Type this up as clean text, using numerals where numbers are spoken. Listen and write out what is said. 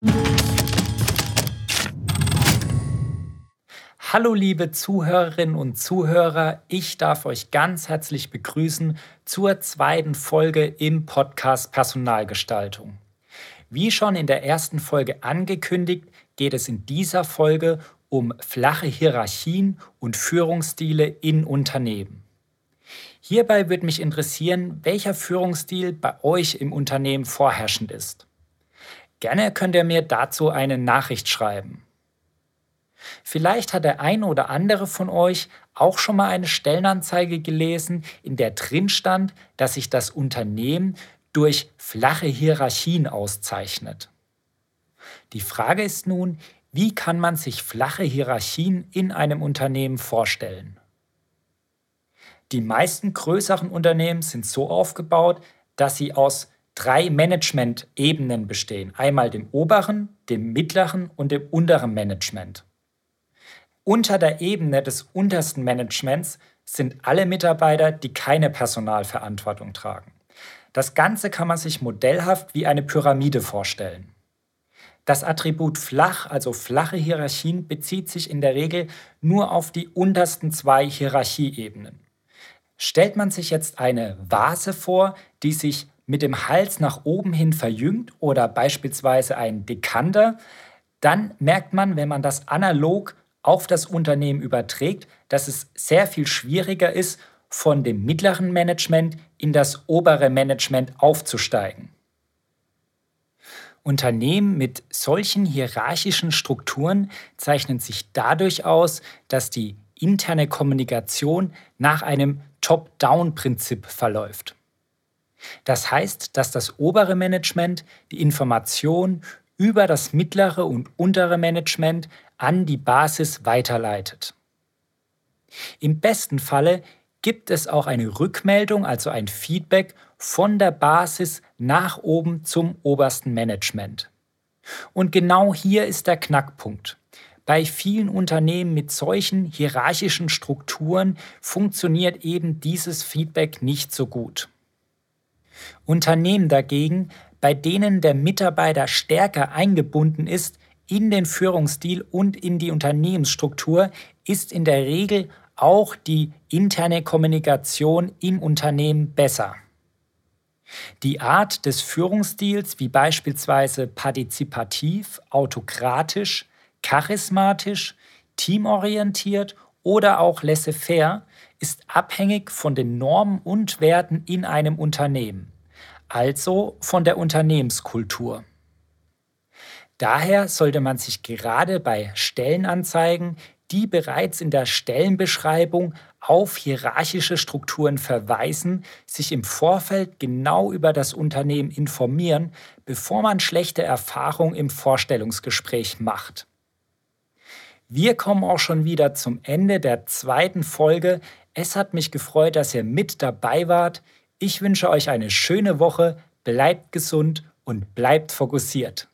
Hallo liebe Zuhörerinnen und Zuhörer, ich darf euch ganz herzlich begrüßen zur zweiten Folge im Podcast Personalgestaltung. Wie schon in der ersten Folge angekündigt, geht es in dieser Folge um flache Hierarchien und Führungsstile in Unternehmen. Hierbei würde mich interessieren, welcher Führungsstil bei euch im Unternehmen vorherrschend ist. Gerne könnt ihr mir dazu eine Nachricht schreiben. Vielleicht hat der eine oder andere von euch auch schon mal eine Stellenanzeige gelesen, in der drin stand, dass sich das Unternehmen durch flache Hierarchien auszeichnet. Die Frage ist nun, wie kann man sich flache Hierarchien in einem Unternehmen vorstellen? Die meisten größeren Unternehmen sind so aufgebaut, dass sie aus 3 Management-Ebenen bestehen. Einmal dem oberen, dem mittleren und dem unteren Management. Unter der Ebene des untersten Managements sind alle Mitarbeiter, die keine Personalverantwortung tragen. Das Ganze kann man sich modellhaft wie eine Pyramide vorstellen. Das Attribut flach, also flache Hierarchien, bezieht sich in der Regel nur auf die untersten 2 Hierarchieebenen. Stellt man sich jetzt eine Vase vor, die sich mit dem Hals nach oben hin verjüngt oder beispielsweise ein Dekanter, dann merkt man, wenn man das analog auf das Unternehmen überträgt, dass es sehr viel schwieriger ist, von dem mittleren Management in das obere Management aufzusteigen. Unternehmen mit solchen hierarchischen Strukturen zeichnen sich dadurch aus, dass die interne Kommunikation nach einem Top-Down-Prinzip verläuft. Das heißt, dass das obere Management die Information über das mittlere und untere Management an die Basis weiterleitet. Im besten Falle gibt es auch eine Rückmeldung, also ein Feedback von der Basis nach oben zum obersten Management. Und genau hier ist der Knackpunkt. Bei vielen Unternehmen mit solchen hierarchischen Strukturen funktioniert eben dieses Feedback nicht so gut. Unternehmen dagegen, bei denen der Mitarbeiter stärker eingebunden ist in den Führungsstil und in die Unternehmensstruktur, ist in der Regel auch die interne Kommunikation im Unternehmen besser. Die Art des Führungsstils, wie beispielsweise partizipativ, autokratisch, charismatisch, teamorientiert oder auch laissez-faire, ist abhängig von den Normen und Werten in einem Unternehmen, also von der Unternehmenskultur. Daher sollte man sich gerade bei Stellenanzeigen, die bereits in der Stellenbeschreibung auf hierarchische Strukturen verweisen, sich im Vorfeld genau über das Unternehmen informieren, bevor man schlechte Erfahrungen im Vorstellungsgespräch macht. Wir kommen auch schon wieder zum Ende der zweiten Folge. Es hat mich gefreut, dass ihr mit dabei wart. Ich wünsche euch eine schöne Woche, bleibt gesund und bleibt fokussiert.